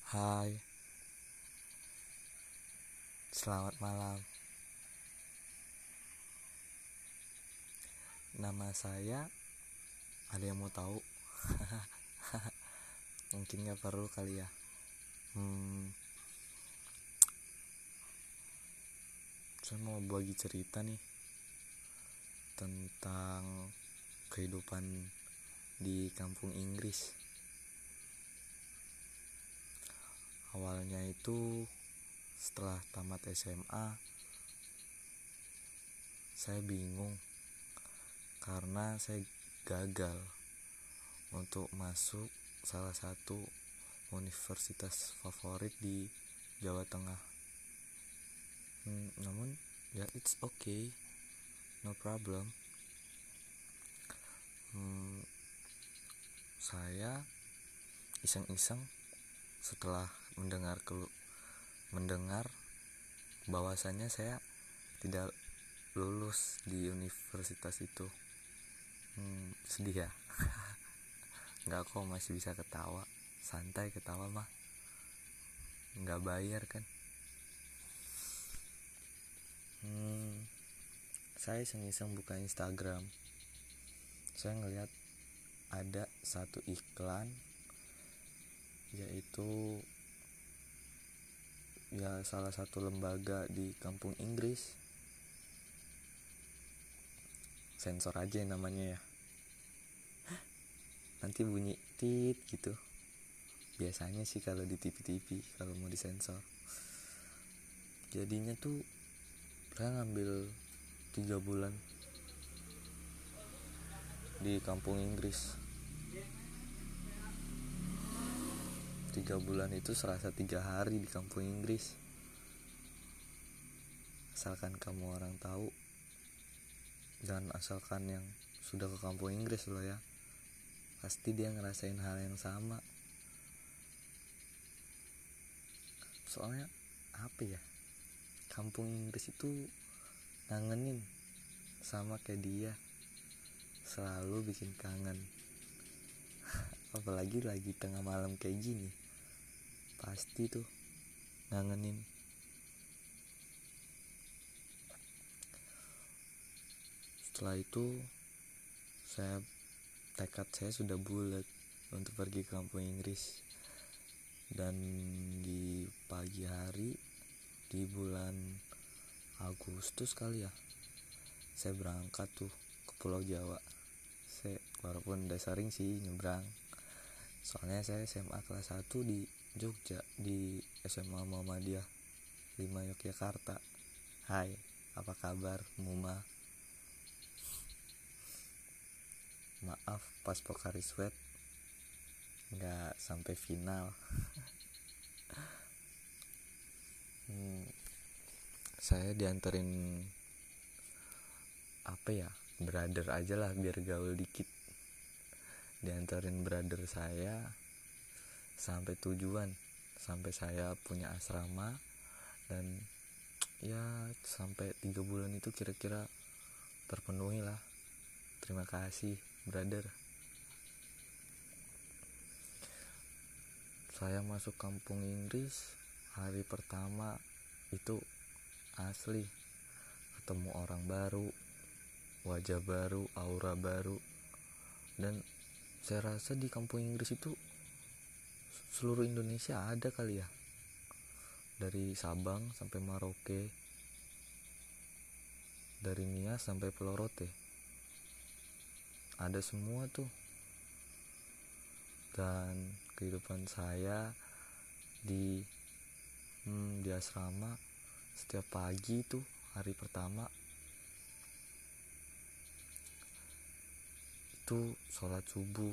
Hai, selamat malam. Nama saya, ada yang mau tahu? Mungkin gak perlu kali ya. Saya mau bagi cerita nih tentang kehidupan di kampung Inggris. Awalnya itu setelah tamat SMA, saya bingung karena saya gagal untuk masuk salah satu universitas favorit di Jawa Tengah. Namun ya it's okay, no problem. Saya iseng-iseng setelah mendengar bahwasannya saya tidak lulus di universitas itu. Sedih ya. Nggak, kok masih bisa ketawa, santai ketawa mah, nggak bayar kan. Saya iseng-iseng buka Instagram, saya ngelihat ada satu iklan, yaitu ya salah satu lembaga di kampung Inggris, sensor aja namanya ya, nanti bunyi tit gitu biasanya sih kalau di TV kalau mau disensor. Jadinya tuh saya ngambil 3 bulan di kampung Inggris. 3 bulan itu serasa 3 hari di kampung Inggris. Asalkan kamu orang tahu, dan asalkan yang sudah ke kampung Inggris loh ya, pasti dia ngerasain hal yang sama. Soalnya apa ya, kampung Inggris itu ngangenin, sama kayak dia, selalu bikin kangen. Apalagi lagi tengah malam kayak gini, pasti tuh ngangenin. Setelah itu tekad saya sudah bulat untuk pergi ke kampung Inggris. Dan di pagi hari di bulan Agustus kali ya, saya berangkat tuh ke Pulau Jawa. Walaupun udah sering sih nyebrang, soalnya saya SMA kelas 1 di Jogja, di SMA Muhammadiyah 5 Yogyakarta. Hai, apa kabar Muma? Maaf pas Pokari Sweat nggak sampai final. Saya dianterin brother aja lah biar gaul dikit. Dianterin brother saya sampai tujuan, sampai saya punya asrama. Dan ya sampai 3 bulan itu kira-kira terpenuhi lah. Terima kasih brother. Saya masuk kampung Inggris hari pertama itu asli ketemu orang baru, wajah baru, aura baru. Dan saya rasa di kampung Inggris itu seluruh Indonesia ada kali ya, dari Sabang sampai Merauke, dari Nias sampai Pulau Rote, ada semua tuh. Dan kehidupan saya di asrama, setiap pagi tuh hari pertama itu sholat subuh,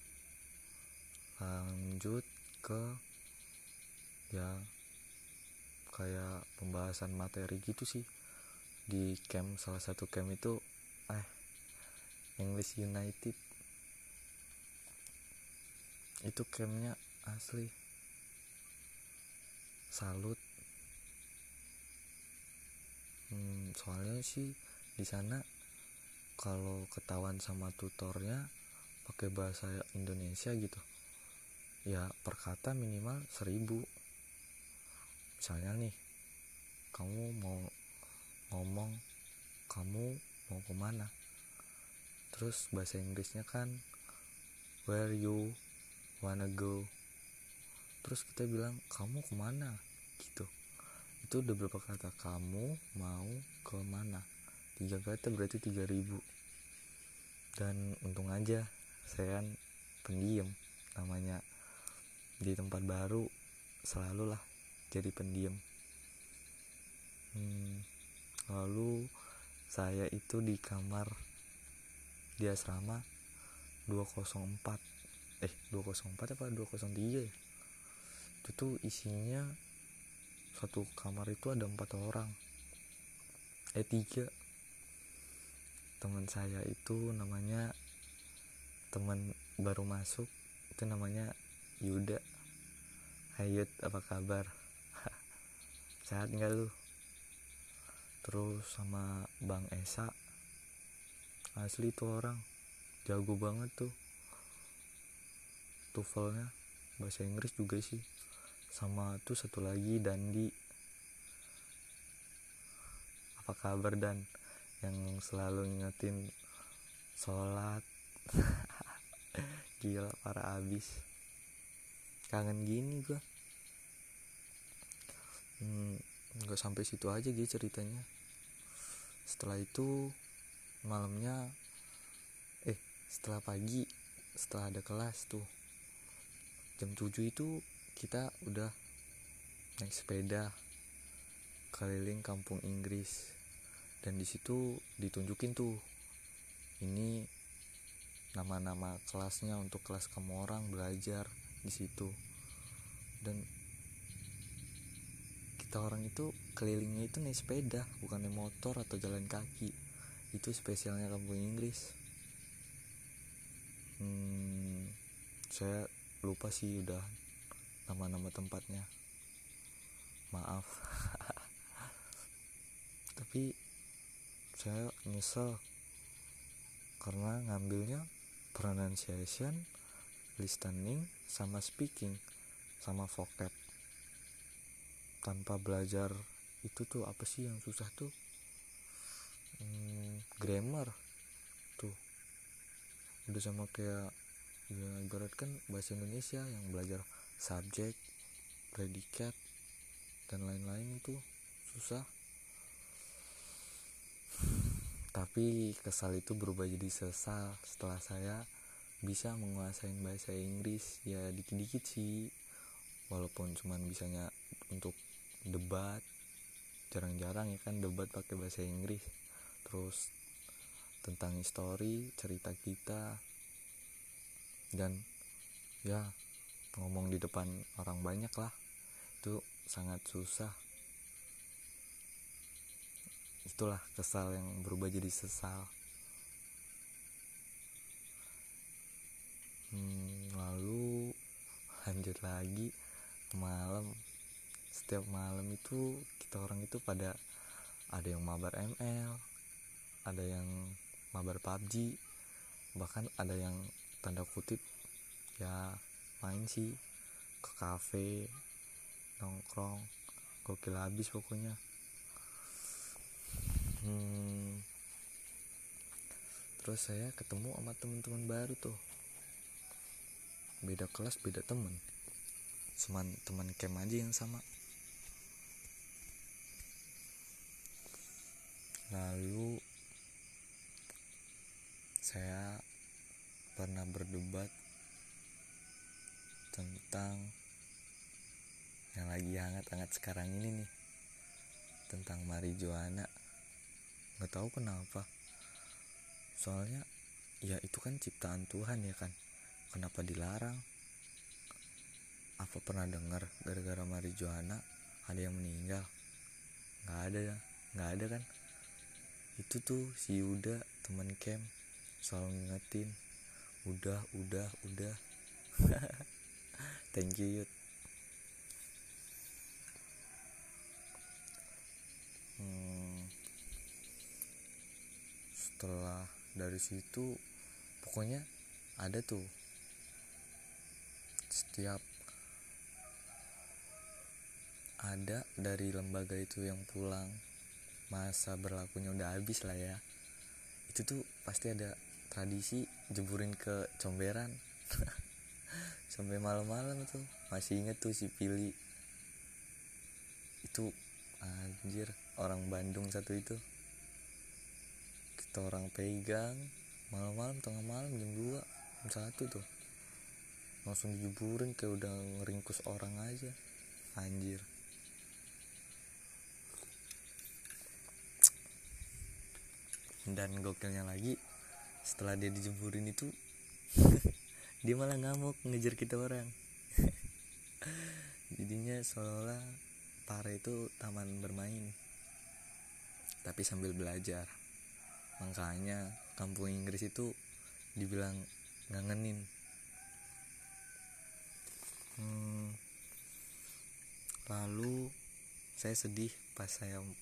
lanjut ke ya kayak pembahasan materi gitu sih di camp. Salah satu camp itu English United, itu campnya asli salut. Soalnya sih di sana kalau ketahuan sama tutornya pakai bahasa Indonesia gitu, ya per kata minimal 1.000. Misalnya nih, kamu mau ngomong kamu mau kemana, terus bahasa Inggrisnya kan where you wanna go, terus kita bilang kamu kemana gitu. Itu udah berapa kata, kamu mau kemana, 3 kata berarti 3.000. Dan untung aja saya kan pendiam, namanya di tempat baru selalu lah jadi pendiam. Lalu saya itu di kamar di asrama 204 apa 203 ya. Itu tuh isinya, satu kamar itu ada 4 orang, 3. Teman saya itu namanya, teman baru masuk itu namanya Yuda. Hai Yud, apa kabar? Sehat nggak lu? Terus sama Bang Esa, asli tuh orang jago banget tuh TOEFL-nya, bahasa Inggris juga sih. Sama tuh satu lagi Dandi, apa kabar Dan, yang selalu ngingetin sholat. Gila, parah abis, kangen gini gua. Nggak sampai situ aja gitu ceritanya. Setelah itu malamnya setelah pagi, setelah ada kelas tuh jam 7 itu kita udah naik sepeda keliling kampung Inggris. Dan di situ ditunjukin tuh ini nama-nama kelasnya untuk kelas kamu orang belajar di situ. Dan kita orang itu kelilingnya itu naik sepeda, bukan naik motor atau jalan kaki. Itu spesialnya kampung Inggris. Saya lupa sih udah nama-nama tempatnya, maaf. Tapi saya nyesel karena ngambilnya pronunciation, listening, sama speaking, sama vocab. Tanpa belajar itu tuh apa sih yang susah tuh? Grammar tuh udah sama kayak ya ibaratkan bahasa Indonesia yang belajar subjek, predikat, dan lain-lain itu susah. Tapi kesal itu berubah jadi sesal setelah saya bisa menguasai bahasa Inggris. Ya dikit-dikit sih, walaupun cuman bisanya untuk debat, jarang-jarang ya kan debat pakai bahasa Inggris. Terus tentang histori, cerita kita, dan ya ngomong di depan orang banyak lah, itu sangat susah. Itulah kesal yang berubah jadi sesal. Lalu lanjut lagi malam. Setiap malam itu kita orang itu pada ada yang mabar ML, ada yang mabar PUBG, bahkan ada yang tanda kutip ya main sih ke kafe, nongkrong, gokil habis pokoknya. Terus saya ketemu sama teman-teman baru tuh, beda kelas beda teman, cuman teman camp aja yang sama. Lalu saya pernah berdebat tentang yang lagi hangat-hangat sekarang ini nih, tentang marijuana. Nggak tahu kenapa, soalnya ya itu kan ciptaan Tuhan ya kan, kenapa dilarang? Apa pernah dengar gara-gara marijuana ada yang meninggal? Nggak ada kan. Itu tuh si Yuda teman camp selalu ngingetin, udah thank you Yud. Setelah dari situ pokoknya ada tuh setiap ada dari lembaga itu yang pulang, masa berlakunya udah habis lah ya, itu tuh pasti ada tradisi jeburin ke comberan. Sampai malam-malam tuh masih inget tuh si Pili itu, anjir, orang Bandung satu itu, kita orang pegang malam-malam, tengah malam jam 2 jam 1 tuh langsung dijeburin kayak udah ngeringkus orang aja, anjir. Dan gokilnya lagi, setelah dia dijeburin itu dia malah ngamuk ngejar kita orang. Jadinya seolah Pare itu taman bermain tapi sambil belajar. Makanya kampung Inggris itu dibilang ngangenin. Lalu saya sedih pas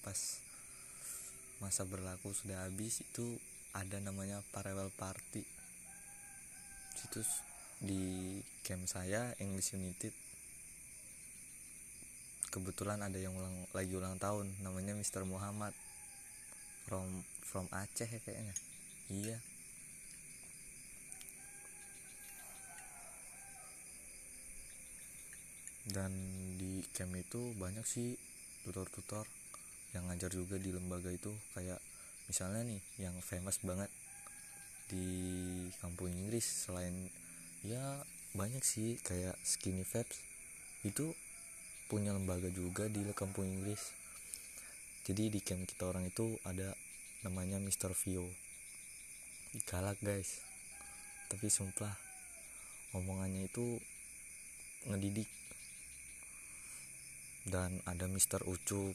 masa berlaku sudah habis. Itu ada namanya farewell party. Situ di camp saya English United, kebetulan ada yang lagi ulang tahun, namanya Mr. Muhammad from Aceh ya kayaknya. Iya. Dan di camp itu banyak sih tutor-tutor yang ngajar juga di lembaga itu. Kayak misalnya nih yang famous banget di kampung Inggris, selain ya banyak sih kayak Skinny Vibes, itu punya lembaga juga di kampung Inggris. Jadi di camp kita orang itu ada namanya Mr. Vio. Galak guys, tapi sumpah omongannya itu ngedidik. Dan ada Mr. Ucup,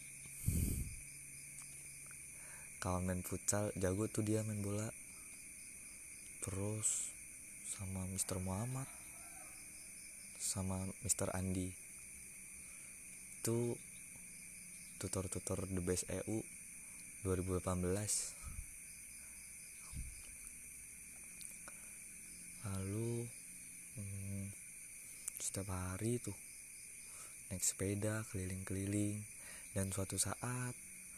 kawan main futsal, jago tuh dia main bola. Terus sama Mr. Muhammad sama Mr. Andi, itu tutor-tutor The Best EU 2018. Lalu setiap hari tuh naik sepeda keliling-keliling, dan suatu saat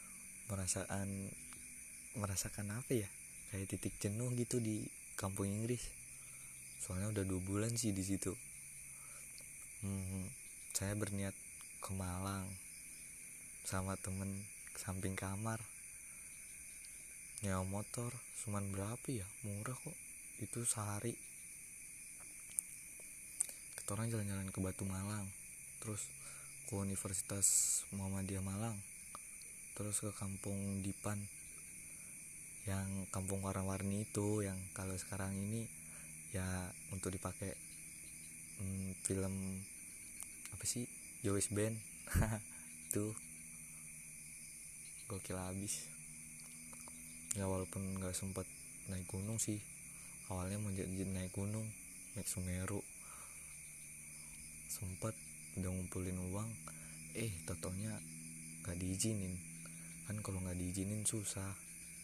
merasakan apa ya, kayak titik jenuh gitu di kampung Inggris. Soalnya udah 2 bulan sih di situ. Saya berniat ke Malang sama temen samping kamar, nyewa motor cuman berapa ya, murah kok itu sehari. Kita orang jalan-jalan ke Batu Malang, terus ke Universitas Muhammadiyah Malang, terus ke kampung Dipan, yang kampung warna-warni itu, yang kalau sekarang ini ya untuk dipakai film apa sih, Joyce Band. Itu gokil abis ya. Walaupun gak sempet naik gunung sih, awalnya mau jadi naik gunung, naik Sumeru, sempet udah ngumpulin uang, totonya gak diizinin. Kan kalau gak diizinin susah.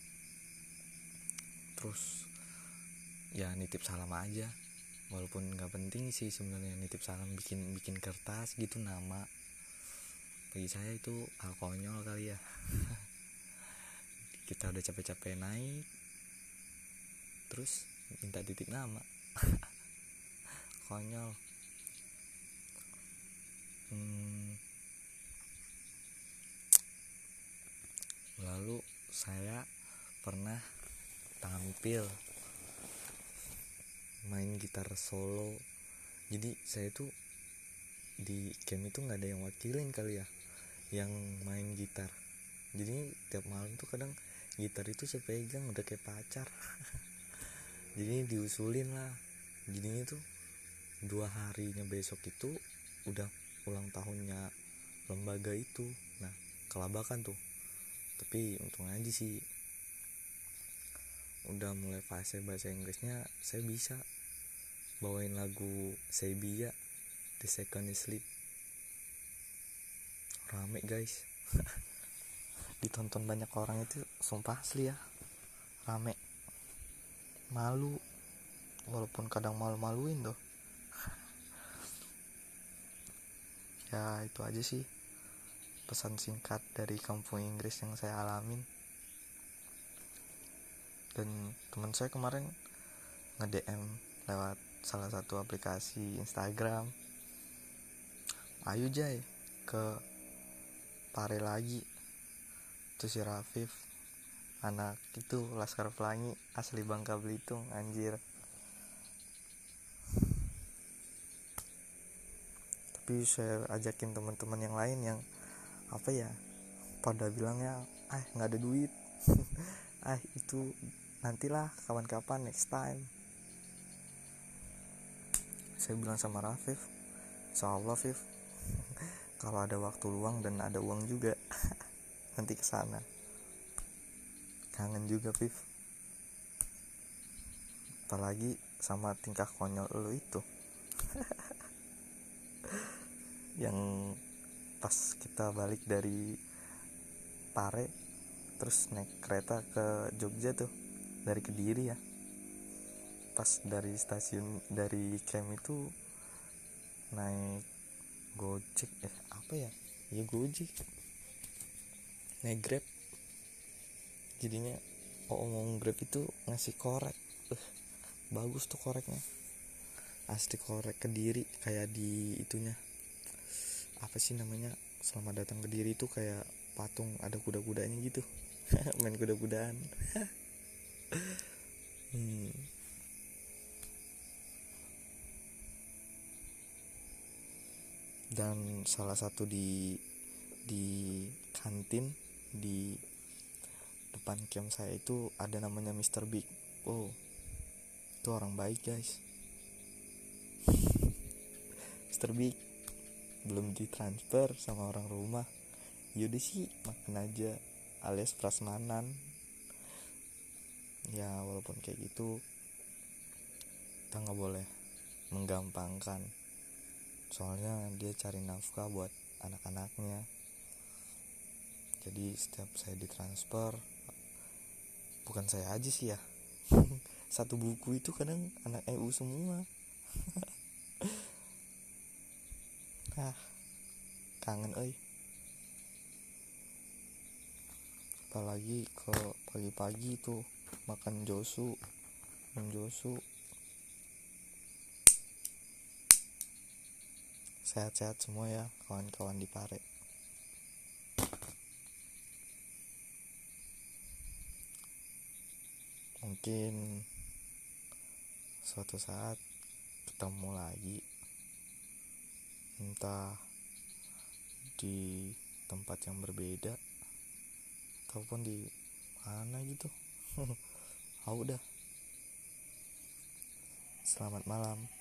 Terus ya nitip salam aja, walaupun gak penting sih sebenarnya nitip salam, bikin kertas gitu nama. Bagi saya itu hal konyol kali ya. Kita udah capek-capek naik, terus minta titip nama. Konyol. Lalu saya pernah tampil main gitar solo. Jadi saya tuh di camp itu nggak ada yang wakilin kali ya, yang main gitar. Jadi tiap malam tuh kadang gitar itu saya pegang udah kayak pacar. Jadi diusulin lah. Jadinya tuh 2 harinya besok itu udah ulang tahunnya lembaga itu. Nah kelabakan tuh, tapi untung aja sih udah mulai fase bahasa Inggrisnya, saya bisa bawain lagu Sebia, The Second Is Sleep. Rame guys. Ditonton banyak orang itu, sumpah asli ya, rame. Malu, walaupun kadang malu-maluin tuh. Ya itu aja sih pesan singkat dari kampung Inggris yang saya alamin. Dan teman saya kemarin nge-DM lewat salah satu aplikasi Instagram, ayo Jay ke Pare lagi. Terus si Rafif, anak itu Laskar Pelangi asli Bangka Belitung, anjir. Tapi saya ajakin teman-teman yang lain yang pada bilangnya nggak ada duit. Itu nantilah kapan-kapan, next time. Saya bilang sama Rafif, insyaallah Fif, kalau ada waktu luang dan ada uang juga nanti kesana. Kangen juga Fif, apalagi sama tingkah konyol lu itu. Yang pas kita balik dari Pare terus naik kereta ke Jogja tuh, dari Kediri ya. Pas dari stasiun, dari camp itu naik Gojek Gojek, naik Grab. Jadinya ngomong Grab itu ngasih korek, bagus tuh koreknya, asli korek Kediri, kayak di itunya Selamat Datang Kediri itu kayak patung ada kuda-kudanya gitu. Main kuda-kudaan. Dan salah satu di kantin di depan camp saya itu ada namanya Mr. Big. Itu orang baik guys. Mr. Big belum ditransfer sama orang rumah, yaudah sih makan aja alias prasmanan. Ya walaupun kayak gitu kita gak boleh menggampangkan, soalnya dia cari nafkah buat anak-anaknya. Jadi setiap saya ditransfer, bukan saya aja sih ya, satu buku itu kadang anak EU semua. Kangen apalagi ke pagi-pagi tuh makan josu. Sehat-sehat semua ya kawan-kawan di Pare. Mungkin suatu saat ketemu lagi, entah di tempat yang berbeda ataupun di mana gitu. Udah. Selamat malam.